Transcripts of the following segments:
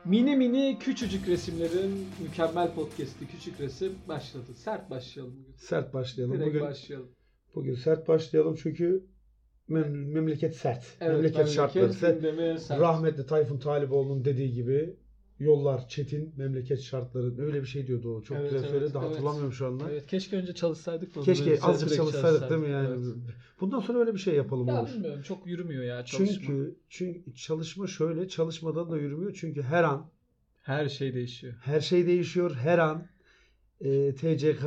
Mini mini küçücük resimlerin mükemmel podcast'i Küçük Resim başladı. Sert başlayalım bugün. Sert başlayalım. Direkt başlayalım. Bugün sert başlayalım çünkü memleket sert. Evet, memleket şartları sert. sert. Rahmetli Tayfun Taliboğlu'nun dediği gibi yollar çetin, memleket şartları öyle bir şey diyordu o. Çok güzel söyledi. Hatırlamıyorum şu anda. Evet, keşke önce çalışsaydık da. Keşke azıcık çalışsaydık değil mi yani? Evet. Bundan sonra öyle bir şey yapalım ya olur. Bilmiyorum, çok yürümüyor ya çalışma. Çünkü çalışma şöyle, çalışmadan da yürümüyor. Çünkü her an her şey değişiyor. Her şey değişiyor. Her an TCK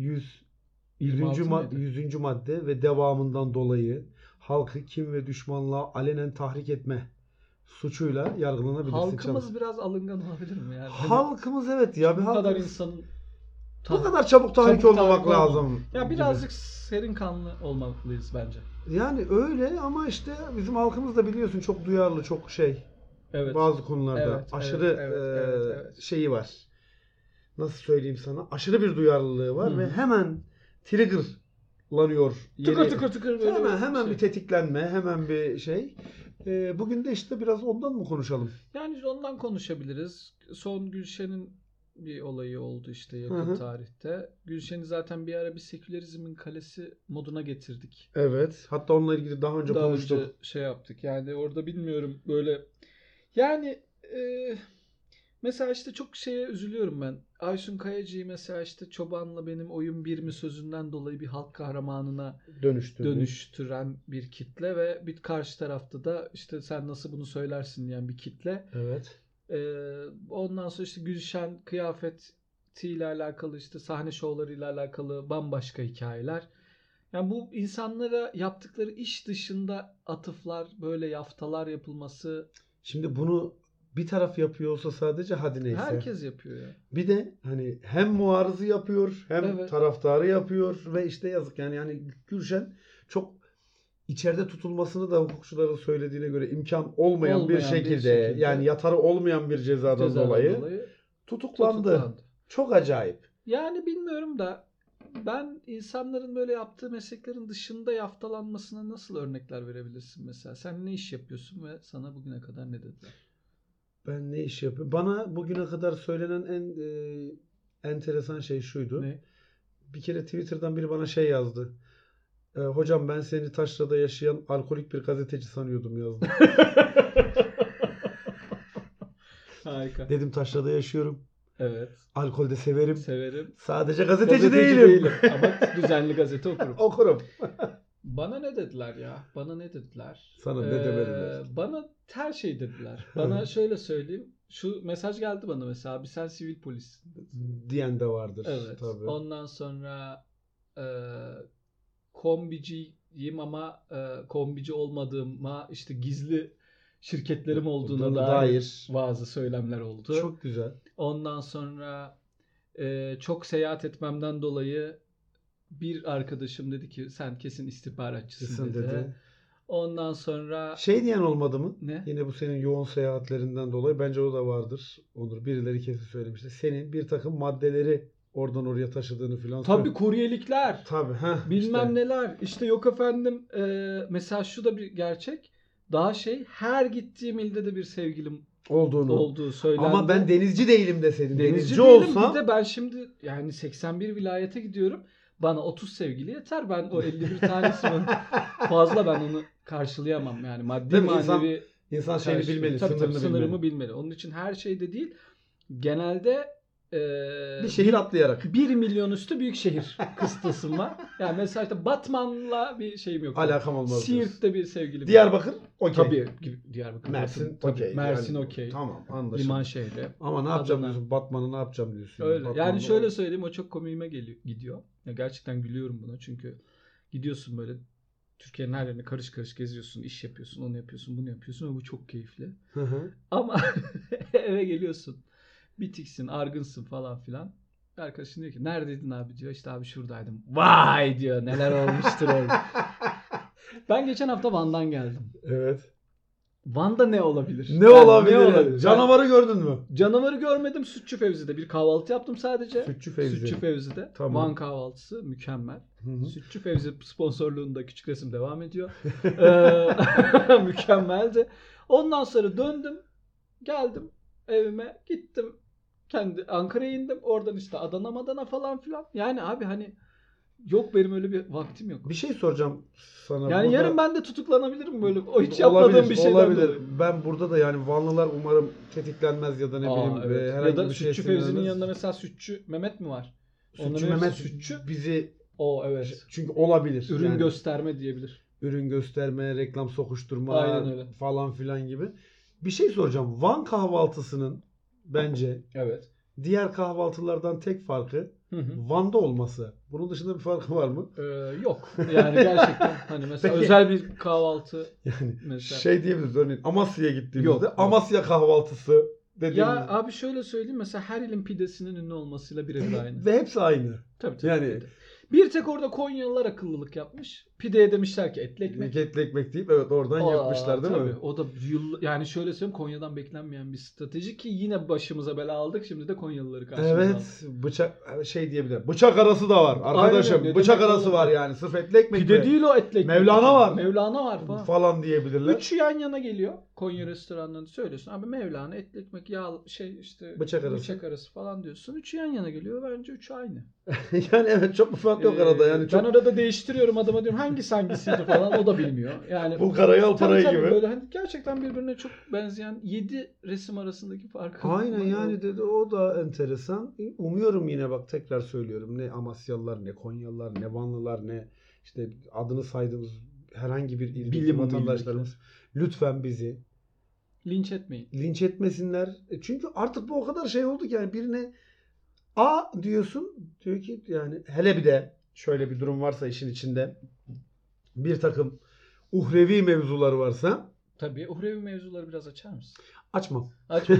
100. madde ve devamından dolayı halkı kim ve düşmanlığa alenen tahrik etme suçuyla yargılanabilirsin. Halkımız biraz alıngan olabilir mi yani? Halkımız evet ya. Bu kadar insanın bu kadar çabuk tahrik olmamak lazım. Ya birazcık serin kanlı olmalıyız bence. Yani öyle ama işte bizim halkımız da biliyorsun çok duyarlı, çok şey. Evet. Bazı konularda aşırı şeyi var. Nasıl söyleyeyim sana? Aşırı bir duyarlılığı var ve hemen triggerlanıyor. Tıkır böyle hemen bir tetiklenme, hemen bir şey. Bugün de işte biraz ondan mı konuşalım? Yani ondan konuşabiliriz. Son Gülşen'in bir olayı oldu işte yakın tarihte. Gülşen'i zaten bir ara bir sekülerizmin kalesi moduna getirdik. Evet. Hatta onunla ilgili daha önce konuştuk. Önce şey yaptık. Yani orada bilmiyorum böyle. Yani mesela işte çok şeye üzülüyorum ben. Aysun Kayacı'yı mesela işte Çoban'la benim oyun bir mi sözünden dolayı bir halk kahramanına dönüştüren bir kitle ve bir karşı tarafta da işte sen nasıl bunu söylersin diyen bir kitle. Evet. Ondan sonra işte Gülşen kıyafetiyle alakalı işte sahne şovlarıyla alakalı bambaşka hikayeler. Yani bu insanlara yaptıkları iş dışında atıflar, böyle yaftalar yapılması. Şimdi bunu bir taraf yapıyor olsa sadece hadi neyse. Herkes yapıyor ya. Bir de hani hem muarızı yapıyor hem taraftarı yapıyor ve işte yazık yani Gülşen çok içeride tutulmasını da hukukçuların söylediğine göre imkan olmayan bir şekilde yani yatarı olmayan bir cezadan dolayı tutuklandı. Çok acayip. Yani bilmiyorum da ben insanların böyle yaptığı mesleklerin dışında yaftalanmasına nasıl örnekler verebilirsin mesela? Sen ne iş yapıyorsun ve sana bugüne kadar ne dediler? Ben ne iş yapıyorum? Bana bugüne kadar söylenen en enteresan şey şuydu. Ne? Bir kere Twitter'dan biri bana şey yazdı. Hocam ben seni taşrada yaşayan alkolik bir gazeteci sanıyordum yazdı. Harika. Dedim taşrada yaşıyorum. Evet. Alkolde severim. Sadece gazeteci değilim. Ama düzenli gazete okurum. Okurum. Bana ne dediler ya? Sana ne demediler? Bana her şey dediler. Bana şöyle söyleyeyim. Şu mesaj geldi bana mesela. Abi sen sivil polissin diyen de vardır. Evet. Tabii. Ondan sonra kombiciyim ama kombici olmadığıma işte gizli şirketlerim olduğuna dair bazı söylemler oldu. Çok güzel. Ondan sonra çok seyahat etmemden dolayı bir arkadaşım dedi ki sen kesin istihbaratçısın dedi. Ondan sonra şey diyen olmadı mı? Ne? Yine bu senin yoğun seyahatlerinden dolayı bence o da vardır. Onur birileri kesin söylemişti. Senin bir takım maddeleri oradan oraya taşıdığını falan. Tabii kuryelikler. Tabii. Bilmem işte. Neler. İşte yok efendim mesela şu da bir gerçek. Daha her gittiğim ilde de bir sevgilim olduğu söylendi. Ama ben denizci değilim deseydin. Denizci olsam. Bir de ben şimdi yani 81 vilayete gidiyorum. Bana 30 sevgili yeter. Ben o 51 tanesi fazla ben onu karşılayamam. Yani maddi manevi insan şeyini bilmeli, sınırımı bilmeli. Onun için her şeyde değil. Genelde bir şehir atlayarak 1 milyon üstü büyük şehir kıstasım var. Yani mesela işte Batman'la bir şeyim yok. Alakam olmaz. Siirt'te bir sevgilim. Diyarbakır okey. Tabii Diyarbakır. Mersin okey. Mersin okey. Tamam anlaşıldı. Liman şehri. Ama ne yapacağım diyorsun? Batman'ı ne yapacağım diyorsun? Öyle. Yani şöyle söyleyeyim o çok komiğime gidiyor. Ya gerçekten gülüyorum buna çünkü gidiyorsun böyle Türkiye'nin her yerine karış karış geziyorsun, iş yapıyorsun, onu yapıyorsun, bunu yapıyorsun ve bu çok keyifli. Ama eve geliyorsun. Bitiksin, argınsın falan filan. Arkadaşın diyor ki neredeydin abi diyor. İşte abi şuradaydım. Vay diyor neler olmuştur orada. Ben geçen hafta Van'dan geldim. Evet. Van'da ne olabilir? Ne olabilir? Canavarı gördün mü? Canavarı görmedim. Sütçü Fevzi'de bir kahvaltı yaptım sadece. Sütçü Fevzi'de. Tamam. Van kahvaltısı mükemmel. Sütçü Fevzi sponsorluğunda Küçük Resim devam ediyor. Mükemmeldi. Ondan sonra döndüm. Geldim. evime gittim. Kendi Ankara'ya indim. Oradan işte Adana falan filan. Yani abi hani yok benim öyle bir vaktim yok. Bir şey soracağım sana. Yani burada... yarın ben de tutuklanabilirim böyle. O hiç yapmadığım bir şeyden olabilir. dolayı. Ben burada da yani Vanlılar umarım tetiklenmez ya da ne bileyim Evet. herhangi Ya da bir şey Sütçü Fevzi'nin yanında mesela Sütçü Mehmet mi var? Sütçü Mehmet bizi evet. Çünkü olabilir. Ürün yani, gösterme diyebilir. Ürün gösterme, reklam sokuşturma Aynen öyle. falan filan gibi. Bir şey soracağım. Van kahvaltısının bence evet. diğer kahvaltılardan tek farkı Van'da olması. Bunun dışında bir farkı var mı? Yok. Yani gerçekten hani mesela Peki, özel bir kahvaltı yani mesela. şey diyebiliriz örneğin Amasya'ya gittiğimizde Yok. Amasya kahvaltısı dediğimiz. Ya abi şöyle söyleyeyim mesela her ilin pidesinin ünlü olmasıyla birebir aynı. Ve hepsi aynı. Tabii. Yani bir tek orada Konyalılar akıllılık yapmış. Pideye demişler ki etli ekmek. etli ekmek deyip evet oradan yapmışlar değil mi? O da yani şöyle söyleyeyim Konya'dan beklenmeyen bir strateji ki yine başımıza bela aldık. Şimdi de Konyalıları karşımıza aldık. Evet. Bıçak şey diyebilir. Bıçak arası da var arkadaşım. Aynen, bıçak arası var yani. Sırf etli ekmek Pide mi? değil o etli ekmek. Mevlana var. Mevlana var falan diyebilirler. Üçü yan yana geliyor. Konya restoranlarında söylüyorsun. Abi Mevlana, etli ekmek, yağ işte bıçak arası falan diyorsun. Üçü yan yana geliyor. Bence üçü aynı. Yani evet çok bir fark yok arada yani. Ben arada değiştiriyorum adama diyorum hangisiydi falan o da bilmiyor. Yani bu karayı al parayı tabii, gibi. Böyle hani gerçekten birbirine çok benzeyen 7 resim arasındaki farkı. Aynen yani dedi o da enteresan. Umuyorum yine bak tekrar söylüyorum. Ne Amasyalılar, ne Konyalılar, ne Vanlılar, ne işte adını saydığımız herhangi bir il vatandaşlarımız lütfen bizi linç etmesinler. Çünkü artık bu o kadar şey oldu ki yani birine A diyorsun diyor ki yani hele bir de şöyle bir durum varsa işin içinde bir takım uhrevi mevzuları varsa. Tabii uhrevi mevzuları biraz açar mısın? Açmam.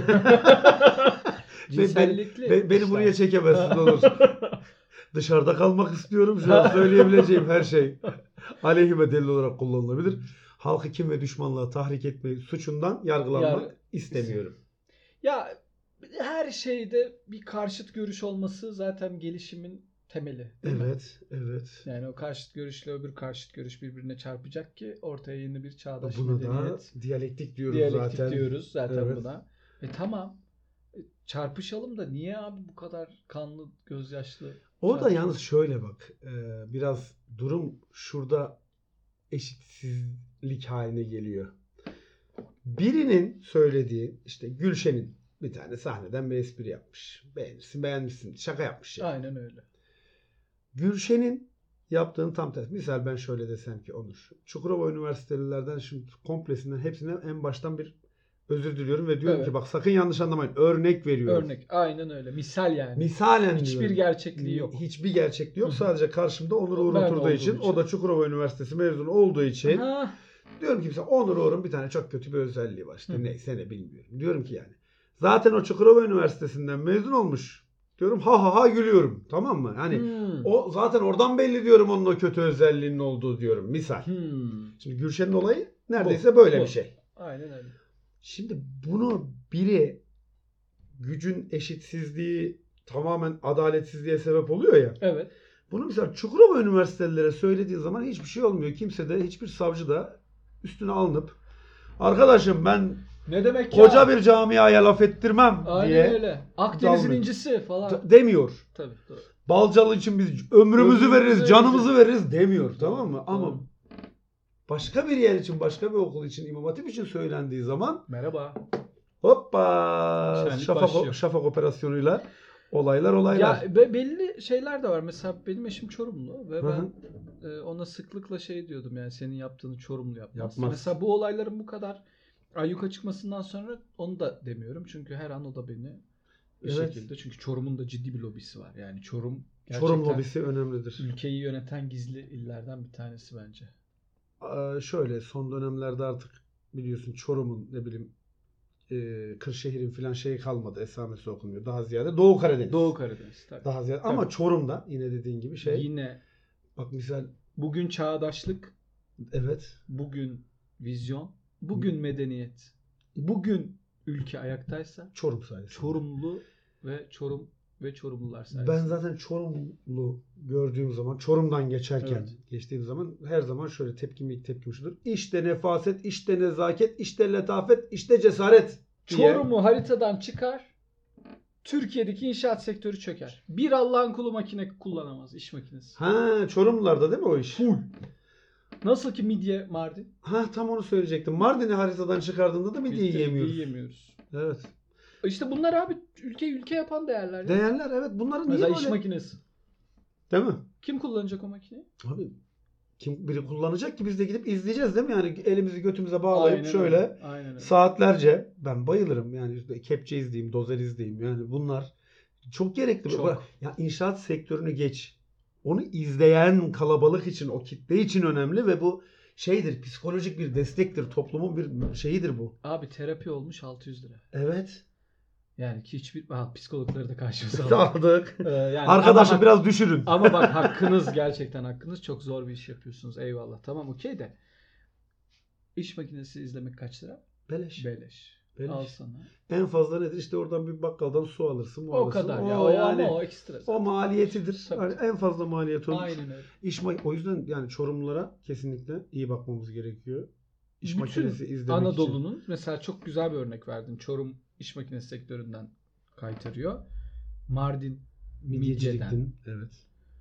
Beni buraya çekemezsin olur. Dışarıda kalmak istiyorum. Şu an söyleyebileceğim her şey aleyhime delil olarak kullanılabilir. Halkı kim ve düşmanlığa tahrik etme suçundan yargılanmak istemiyorum. Ya her şeyde bir karşıt görüş olması zaten gelişimin temeli. Evet. Yani o karşıt görüşle öbür karşıt görüş birbirine çarpacak ki ortaya yeni bir çağdaş buna medeniyet. Da diyalektik diyoruz zaten. Evet. Buna. Tamam. Çarpışalım da niye abi bu kadar kanlı gözyaşlı? Orada yalnız şöyle bak. Biraz durum şurada eşitsizlik haline geliyor. Birinin söylediği işte Gülşen'in bir tane sahneden bir espri yapmış. Beğenirsin beğenmişsin. Şaka yapmış yani. Aynen öyle. Gülşen'in yaptığını tam tersi. Misal ben şöyle desem ki Onur. Çukurova Üniversitelilerden şimdi komplesinden hepsinden en baştan bir özür diliyorum ve diyorum ki bak sakın yanlış anlamayın. Örnek veriyorum. Örnek. Aynen öyle. Misal yani. Misalen hiçbir diyorum. Gerçekliği yok. Hiçbir gerçekliği yok. Sadece karşımda Onur Uğur oturduğu için. O da Çukurova Üniversitesi mezunu olduğu için. Diyorum ki mesela Onur Uğur'un bir tane çok kötü bir özelliği var. İşte neyse ne bilmiyorum. Diyorum ki yani. Zaten o Çukurova Üniversitesi'nden mezun olmuş. Diyorum ha gülüyorum. Tamam mı? Hani o zaten oradan belli diyorum onun o kötü özelliğinin olduğu diyorum. Misal. Şimdi Gülşen'in olayı neredeyse böyle bir şey. Aynen öyle. Şimdi bunu biri gücün eşitsizliği tamamen adaletsizliğe sebep oluyor ya. Evet. Bunu mesela Çukurova Üniversitelilere söylediği zaman hiçbir şey olmuyor. Kimse de hiçbir savcı da üstüne alınıp arkadaşım ben ne demek koca bir camiaya laf ettirmem diye. Aynen öyle. Akdeniz'in incisi falan. Demiyor. Tabii doğru. Balcalı için biz ömrümüzü veririz, canımızı veririz demiyor. Tamam mı? Ama başka bir yer için, başka bir okul için, İmam Hatip için söylendiği zaman merhaba. Hoppa! Şafak operasyonuyla olaylar. Ya belli şeyler de var. Mesela benim eşim Çorumlu ve ben ona sıklıkla şey diyordum yani senin yaptığını Çorumlu yapmaz. Mesela bu olayların bu kadar ayyuka çıkmasından sonra onu da demiyorum. Çünkü her an o da beni bir şekilde. Çünkü Çorum'un da ciddi bir lobisi var. Yani Çorum lobisi önemlidir. Ülkeyi yöneten gizli illerden bir tanesi bence. Şöyle son dönemlerde artık biliyorsun Çorum'un ne bileyim Kırşehir'in filan şeyi kalmadı. Esamesi okunmuyor. Daha ziyade Doğu Karadeniz. Tabii. Daha ziyade. Tabii. Ama Çorum'da yine dediğin gibi şey. Yine. Bak misal. Bugün çağdaşlık. Evet. Bugün vizyon. Bugün medeniyet. Bugün ülke ayaktaysa. Çorum sayesinde. Çorumlu ve Çorumlular sayesinde. Ben zaten Çorumlu gördüğüm zaman Çorum'dan geçtiğim zaman her zaman şöyle tepkim şudur. İşte nefaset, işte nezaket, işte letafet, işte cesaret. Çorum'u haritadan çıkar. Türkiye'deki inşaat sektörü çöker. Bir Allah'ın kulu makine kullanamaz. İş makinesi. Ha, Çorumlularda değil mi o iş? Full. Nasıl ki midye Mardin? Ha, tam onu söyleyecektim. Mardin'i haritadan çıkardığında da midye yiyemiyoruz. Yiyemiyoruz. Evet. İşte bunlar abi ülke yapan değerler. Değerler, evet. Bunların niye mesela böyle? iş makinesi. Değil mi? Kim kullanacak o makineyi? Abi kim biri kullanacak ki biz de gidip izleyeceğiz değil mi? Yani elimizi götümüze bağlayıp aynen şöyle öyle. Aynen öyle. Saatlerce, ben bayılırım yani, işte kepçe izleyeyim, dozer izleyeyim, yani bunlar çok gerekli. Çok. Ya inşaat sektörünü geç. Onu izleyen kalabalık için, o kitle için önemli ve bu şeydir, psikolojik bir destektir, toplumun bir şeyidir bu. Abi terapi olmuş 600 lira. Evet. Yani ki hiçbir psikologları da karşımıza aldık. Yani arkadaşı biraz düşürün. Ama bak hakkınız, gerçekten hakkınız, çok zor bir iş yapıyorsunuz. Eyvallah. Tamam, okey de. İş makinesi izlemek kaç lira? Beleş. Al sana. En fazla nedir? İşte oradan bir bakkaldan su alırsın. O kadar ya. O yani, ama o ekstra. O maliyetidir. Yani en fazla maliyet olur. Aynen öyle. O yüzden yani Çorumlulara kesinlikle iyi bakmamız gerekiyor. İş bütün makinesi izlemek Anadolu'nun için. Mesela çok güzel bir örnek verdin. Çorum iş makinesi sektöründen kaytarıyor. Mardin midyeden. Evet.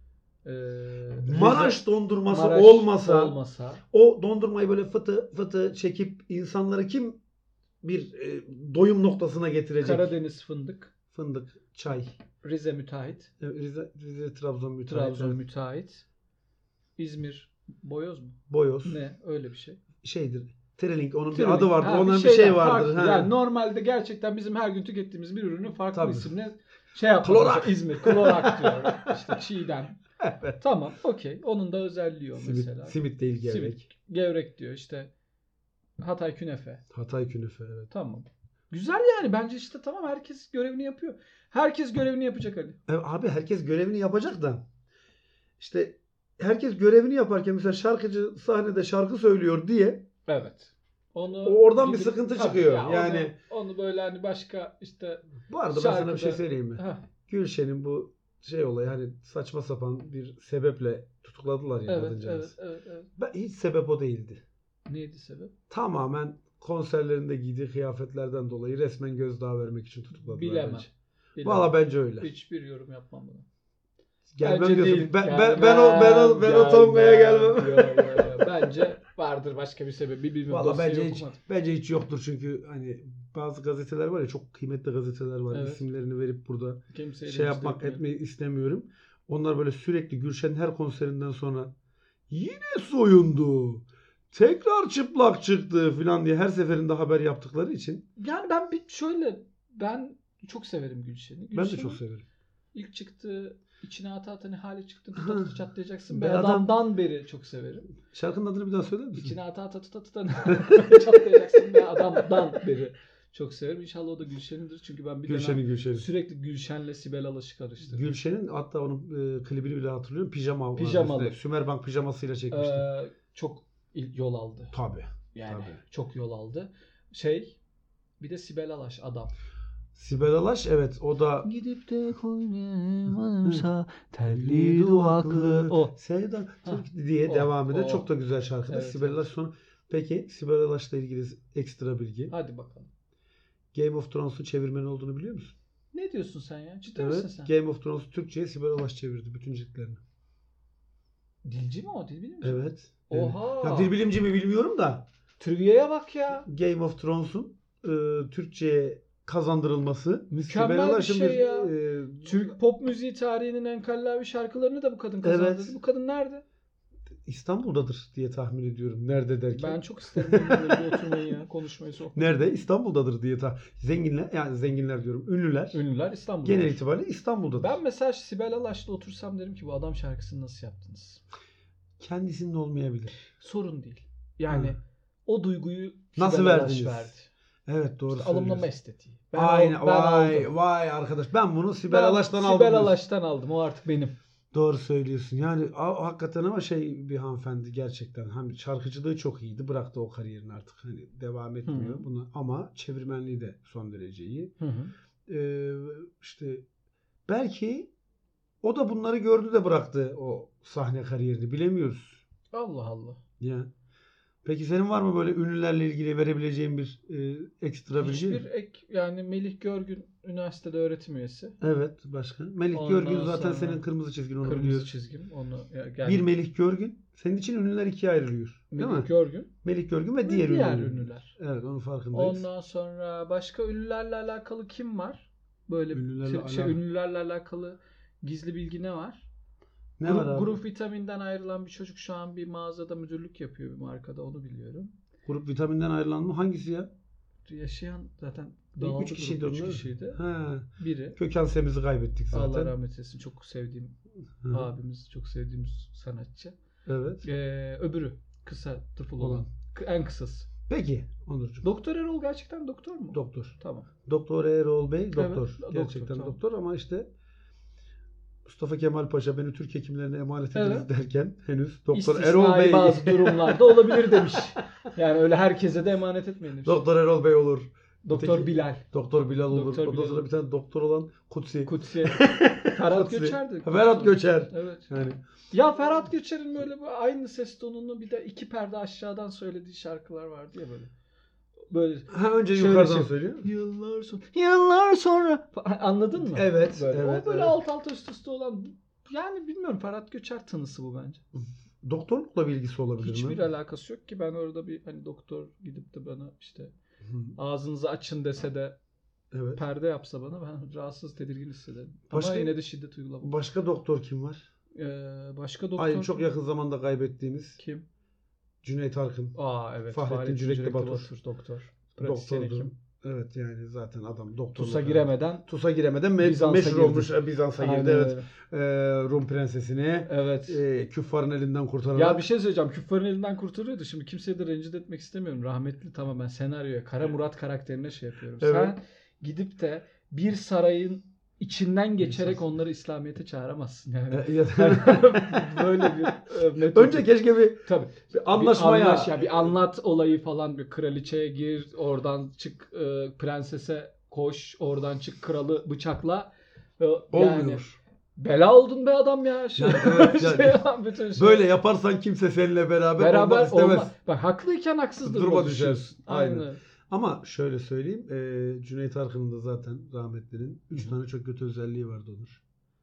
Maraş dondurması olmasa o dondurmayı böyle fıtı çekip insanları kim bir doyum noktasına getirecek? Karadeniz Fındık, çay. Rize müteahhit. Rize Trabzon müteahhit. İzmir boyoz mu? Boyoz. Ne? Öyle bir şey. Şeydir. Trilink, onun bir adı vardır. Onun bir şey vardır. Yani normalde gerçekten bizim her gün tükettiğimiz bir ürünü farklı isimle yapmak. İzmir. Klorak diyor. İşte çiğdem. Evet. Tamam, okey. Onun da özelliği o mesela. Simit değil, gevrek. Gevrek diyor işte. Hatay künefe. Evet. Tamam. Güzel yani, bence işte tamam, herkes görevini yapıyor. Herkes görevini yapacak Ali. Abi herkes görevini yapacak da işte herkes görevini yaparken mesela şarkıcı sahnede şarkı söylüyor diye evet. Oradan bir sıkıntı çıkıyor. Yani onu böyle hani başka işte bu arada ben sana bir şey söyleyeyim mi? Gülşen'in bu olayı hani saçma sapan bir sebeple tutukladılar ya kadıncağız. Evet. Ben hiç sebep o değildi. Neydi sebep? Tamamen konserlerinde giydiği kıyafetlerden dolayı resmen gözdağı vermek için tutukladılar. Bilemem. Valla bence öyle. Hiçbir yorum yapmam buna. Gelmem diyorsun. Değil, ben o tongaya gelmem. Yo. Bence vardır başka bir sebebi. Valla bence hiç yoktur, çünkü hani bazı gazeteler var ya, çok kıymetli gazeteler var. Evet. İsimlerini verip burada etmeyi istemiyorum. Onlar böyle sürekli Gülşen her konserinden sonra yine soyundu, tekrar çıplak çıktı falan diye her seferinde haber yaptıkları için. Yani ben çok severim Gülşen'i. Ben de çok severim. İlk çıktığı İçine ata ne hale çıktın, tuta çatlayacaksın. Ben adamdan beri çok severim. Şarkının adını bir daha söyler misin? İçine ata tuta çatlayacaksın. Ben adamdan beri çok severim. İnşallah o da Gülşen'indir. Çünkü ben Gülşen'in sürekli Gülşen'le Sibel Alaş'ı karıştırdım. Gülşen'in hatta onun klibini bile hatırlıyorum. Pijamalı. Sümerbank pijamasıyla çekmişti. Çok yol aldı. Tabii. Yani çok yol aldı. Bir de Sibel Alaş adam. Sibel Alaş, evet, o da gidip de koynumsa telli duvaklı o Sevda diye devam eder. Çok da güzel şarkıdır. Evet, Sibel Alaş sonra. Peki Sibel Alaş'la ilgili ekstra bilgi. Hadi bakalım. Game of Thrones'un çevirmeni olduğunu biliyor musun? Ne diyorsun sen ya? Ciddi misin sen? Game of Thrones'u Türkçe'ye Sibel Alaş çevirdi bütün ciltlerini. Dilci mi o? Dil bilimci Evet. Oha. Ya, dil bilimci mi bilmiyorum da. Trivia'ya bak ya. Game of Thrones'un Türkçe'ye kazandırılması mükemmel bir şey ya. Türk pop müziği tarihinin en kallavi şarkılarını da bu kadın kazandırdı. Evet. Bu kadın nerede? İstanbul'dadır diye tahmin ediyorum. Nerede derken. Ben çok isterim bir oturmayı ya, konuşmayı, sohbet. Nerede? İstanbul'dadır diye zenginler diyorum. Ünlüler İstanbul'da. Genel itibariyle İstanbul'dadır. Ben mesela Sibel Alaş'la otursam derim ki bu adam şarkısını nasıl yaptınız? Kendisinin olmayabilir. Sorun değil. Yani o duyguyu nasıl verdiniz? Verdi. Evet, doğru söylüyorsun. Alımlama estetiği. Vay arkadaş. Ben bunu Sibel Alaş'tan aldım. Sibel Alaş'tan aldım. O artık benim. Doğru söylüyorsun. Yani hakikaten ama bir hanımefendi gerçekten. Hani şarkıcılığı çok iyiydi. Bıraktı o kariyerini artık. Hani devam etmiyor buna. Ama çevirmenliği de son derece iyi. İşte belki o da bunları gördü de bıraktı o sahne kariyerini. Bilemiyoruz. Allah Allah. Ya. Peki senin var mı böyle ünlülerle ilgili verebileceğin bir ekstra bilgi? Hiçbir ek, yani Melih Görgün üniversitede öğretim üyesi. Evet, başka. Melih Ondan Görgün zaten sonra senin kırmızı çizgin, onu Kırmızı biliyoruz. çizgim. Onu Bir Melih Görgün. Senin için ünlüler ikiye ayrılıyor. Değil mi? Melih Görgün Melih Görgün ve ve diğer ünlüler. ünlüler. Evet, onun farkındayız. Ondan sonra başka ünlülerle alakalı kim var? Böyle Ünlülerle ünlülerle alakalı gizli bilgi ne var? Ne var abi? Grup Vitamin'den ayrılan bir çocuk şu an bir mağazada müdürlük yapıyor, bir markada, onu biliyorum. Grup Vitamin'den ayrılan mı? Hangisi ya? Yaşayan zaten dağıldı. 3 kişiydi grup, onlar. 3 kişiydi. Ha. Biri. Köken Semiz'i kaybettik zaten. Allah rahmet eylesin. Çok sevdiğim abimiz, çok sevdiğimiz sanatçı. Evet. Öbürü kısa tıfıl Olan. En kısası. Peki Onurcuğum. Doktor Erol gerçekten doktor mu? Doktor. Tamam. Doktor Erol Bey doktor. Evet, Gerçekten doktor, doktor ama işte Mustafa Kemal Paşa beni Türk hekimlerine emanet ediniz derken henüz Doktor Erol Bey bazı durumlarda olabilir demiş. Yani öyle herkese de emanet etmeyin demiş. Doktor Erol Bey olur. Doktor Öteki, Bilal. Doktor Bilal olur. Doktor Ondan Bilal. sonra bir tane doktor olan Kutsi. Ferhat Kutsi. Göçer'di. Ferhat Göçer. Evet. Yani Ya Ferhat Göçer'in böyle aynı ses tonunu bir de 2 perde aşağıdan söylediği şarkılar vardı ya böyle. Böyle önce şöyle yukarıdan söylüyor. Yıllar sonra. Anladın mı? Evet. Böyle. Evet. O böyle evet. alt alta üst üste olan, yani bilmiyorum, Ferhat Göçer tınısı bu bence. Doktorlukla bilgisi olabilir mi? Hiçbir alakası yok ki, ben orada bir hani doktor gidip de bana işte ağzınızı açın dese de Evet. perde yapsa bana, ben rahatsız, tedirgin hissederim. Başka, ama yine de şiddet uygulamam. Başka doktor kim var? Başka doktor. Ay, çok yakın zamanda kaybettiğimiz. Kim? Cüneyt Arkın. Evet. Fahrettin Cürekli Batur. Doktor. Pratisyen hekim. Evet, yani zaten adam doktor. TUS'a giremeden meşhur olmuş. Bizans'a girdi. Evet. Öyle. Rum prensesini. Evet. Küffarın elinden kurtararak. Ya bir şey söyleyeceğim. Küffarın elinden kurtarıyordu. Şimdi kimseyi de rencide etmek istemiyorum. Rahmetli tamamen senaryoya, Kara Murat karakterine şey yapıyorum. Evet. Sen gidip de bir sarayın içinden geçerek onları İslamiyet'e çağıramazsın yani. Böyle bir metot. Önce keşke bir anlaşmaya. Bir anlat olayı falan, bir kraliçeye gir, oradan çık, prensese koş, oradan çık, kralı bıçakla. Olmuyor. Bela oldun be adam ya. Bütün şey. Böyle yaparsan kimse seninle beraber olmak istemez. Bak, haklıyken haksız duruma düşüyorsun. Aynen. Ama şöyle söyleyeyim. Cüneyt Arkın'ın da zaten rahmetlinin 3 tane çok kötü özelliği vardı Onur.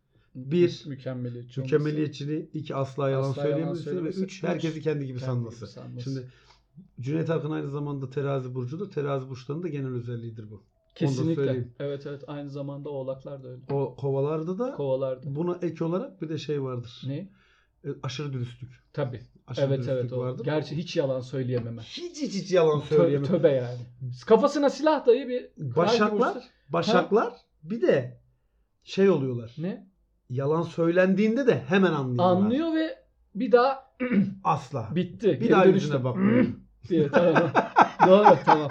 1. Mükemmeliyetçiliği. 2. Asla yalan söyleyememesi. Ve 3. Herkesi kendi gibi sanması. Şimdi Cüneyt Arkın aynı zamanda terazi burcudur. Terazi burçlarının da genel özelliğidir bu. Kesinlikle. Evet. Aynı zamanda oğlaklar da öyle. O kovalarda. Buna ek olarak bir de şey vardır. Ne? Aşırı dürüstlük. Tabii. Aşırı dürüstlük vardır. Gerçi hiç yalan söyleyememe. Hiç yalan söyleyememe. Töbe yani. Kafasına silah dayı bir Başaklar bir de şey oluyorlar. Ne? Yalan söylendiğinde de hemen anlıyorlar. Anlıyor ve bir daha asla. Bitti. Bir daha yüzüne bakmıyor. Tamam. Doğru, tamam.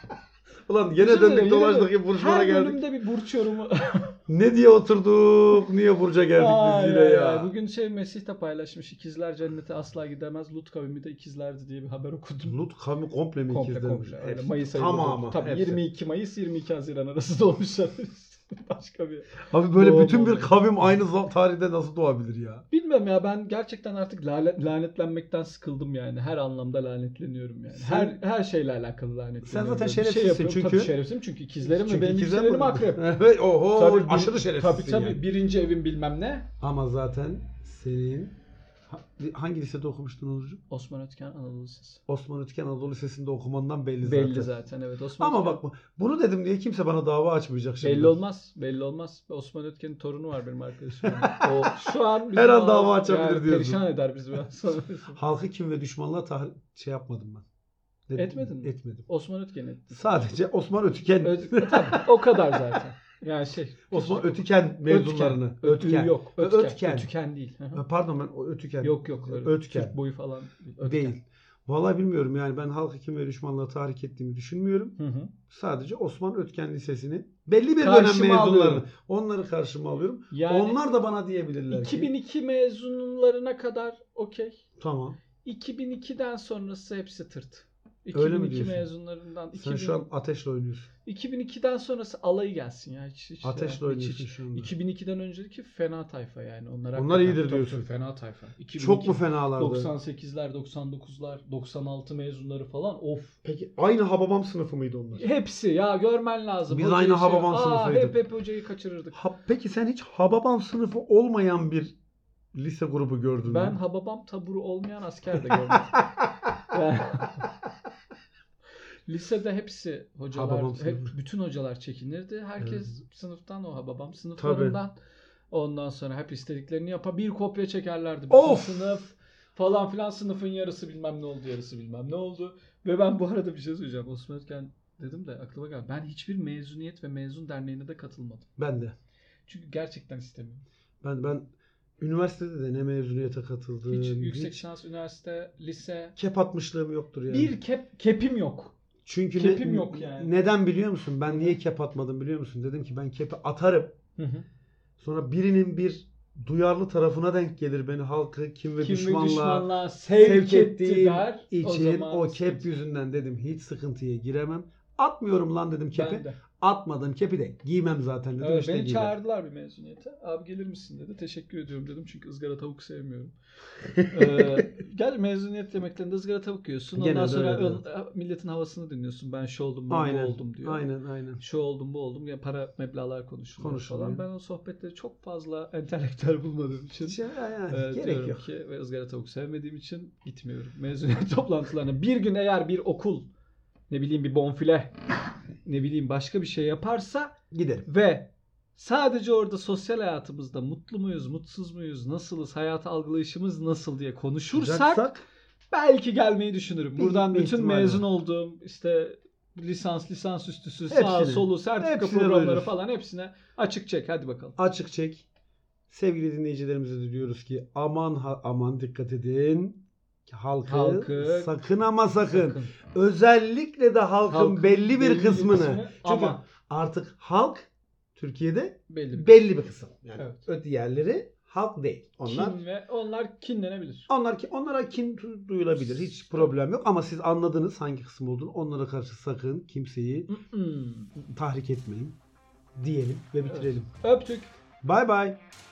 Ulan gene döndük dolaştık burçlara geldik. Her bölümde bir burç yorumu. Ne diye oturduk, niye burca geldik biz yine ya. Bugün Mesih de paylaşmış. İkizler cennete asla gidemez. Lut kavmi de ikizlerdi diye bir haber okudum. Lut kavmi komple mi ikizlermiş? Öyle Mayıs ayında tamamı. Tabii 22 Mayıs 22 Haziran arası doğmuşlar. Başka bir. Abi böyle bütün bir kavim aynı tarihte nasıl doğabilir ya? Bilmem ya, ben gerçekten artık lanetlenmekten sıkıldım yani. Her anlamda lanetleniyorum yani. Her şeyle alakalı lanetleniyorum. Sen zaten şerefsizsin çünkü. Tabii şerefsizim çünkü ikizlerim ve benim yükselenim akrep. Evet, oho, aşırı şerefsizsin tabii, yani. Birinci evim bilmem ne. Ama zaten senin hangi lisede okumuştun Onurcuğum? Osman Ötken Anadolu Lisesi. Osman Ötken Anadolu Lisesi'nde okumandan belli zaten. Belli zaten, evet. Ama bak bunu dedim diye kimse bana dava açmayacak şimdi. Belli olmaz. Osman Ötken'in torunu var benim arkadaşım. O şu an her an dava açabilir diyorsun. Perişan eder bizi biraz sonra. Halkı kim ve düşmanlığa yapmadım ben. Etmedin mi? Etmedim. Osman Ötken etti. Sadece Osman Ötken. Tabii, o kadar zaten. Yani Osman Ötken mezunlarını. Ötken. Yok. Ötken. Ötken değil. Pardon, ben Ötken. Yok. Ötken. Türk boyu falan değil. Vallahi bilmiyorum yani, ben halk hekim ve düşmanlığa tahrik ettiğimi düşünmüyorum. Sadece Osman Ötken Lisesi'ni belli bir dönem mezunlarını onları karşıma alıyorum. Yani, onlar da bana diyebilirler 2002 mezunlarına kadar okey. Tamam. 2002'den sonrası hepsi tırt. Öyle mi 2002 diyorsun? mezunlarından. Sen şu an Ateş'le oynuyorsun. 2002'den sonrası alayı gelsin ya. Hiç Ateş'le ya, oynuyorsun şu anda. 2002'den önceki fena tayfa yani. Onlar iyidir diyorsun. Fena tayfa. 2002, Çok mu fenalardı? 98'ler, 99'lar, 96 mezunları falan. Of. Peki aynı Hababam sınıfı mıydı onlar? Hepsi ya, görmen lazım. Biz Hocayı aynı Hababam sınıfıydık. Hep hocayı kaçırırdık. Peki sen hiç Hababam sınıfı olmayan bir lise grubu gördün mü? Ben Hababam taburu olmayan asker de gördüm. Lisede hepsi hocalar, bütün hocalar çekinirdi. Herkes sınıftan o Hababam sınıflarından. Tabii. Ondan sonra hep istediklerini bir kopya çekerlerdi. Bütün sınıf falan filan, sınıfın yarısı bilmem ne oldu, yarısı bilmem ne oldu. Ve ben bu arada bir şey söyleyeceğim. Osman Ötken dedim de aklıma geldi. Ben hiçbir mezuniyet ve mezun derneğine de katılmadım. Ben de. Çünkü gerçekten istemiyorum. Ben üniversitede de ne mezuniyete katıldım. Hiç yüksek lisans, üniversite, lise. Kep atmışlığım yoktur yani. Bir kepim yok. Çünkü kepim yok yani. Neden biliyor musun? Ben niye kep atmadım biliyor musun? Dedim ki ben kepi atarım. Sonra birinin bir duyarlı tarafına denk gelir, beni halkı kim ve düşmanlığa sevk ettiği der, için o kep yüzünden dedim hiç sıkıntıya giremem. Atmıyorum lan dedim kepi. Atmadım kepi de giymem zaten dedim. Evet, beni çağırdılar bir mezuniyete. Abi gelir misin dedi. Teşekkür ediyorum dedim çünkü ızgara tavuk sevmiyorum. Gel mezuniyet yemeklerinde ızgara tavuk yiyorsun. Ondan sonra milletin havasını dinliyorsun. Ben şu oldum, bu oldum diyor. Aynen. Şu oldum, bu oldum. Yani para meblağlar konuşuluyor falan. Ben o sohbetleri çok fazla entelektüel bulmadığım için gerek yok. Ki, ve ızgara tavuk sevmediğim için gitmiyorum. Mezuniyet toplantılarına bir gün eğer bir okul, ne bileyim bir bonfile, ne bileyim başka bir şey yaparsa giderim. Ve sadece orada sosyal hayatımızda mutlu muyuz, mutsuz muyuz, nasılız, hayatı algılayışımız nasıl diye konuşursak belki gelmeyi düşünürüm. Buradan bütün mezun olduğum işte lisans üstüsü, sağ solu, sertifika programları falan hepsine açık çek. Hadi bakalım. Açık çek. Sevgili dinleyicilerimize de diyoruz ki aman dikkat edin. Halkı sakın ama sakın. Özellikle de halkın belli bir kısmını. Çünkü artık halk Türkiye'de belli bir kısım. Yani diğerleri halk değil. Onlar kinlenebilir. Onlara kin duyulabilir. Hiç problem yok. Ama siz anladınız hangi kısım olduğunu. Onlara karşı sakın kimseyi tahrik etmeyin diyelim ve bitirelim. Öptük. Bye bye.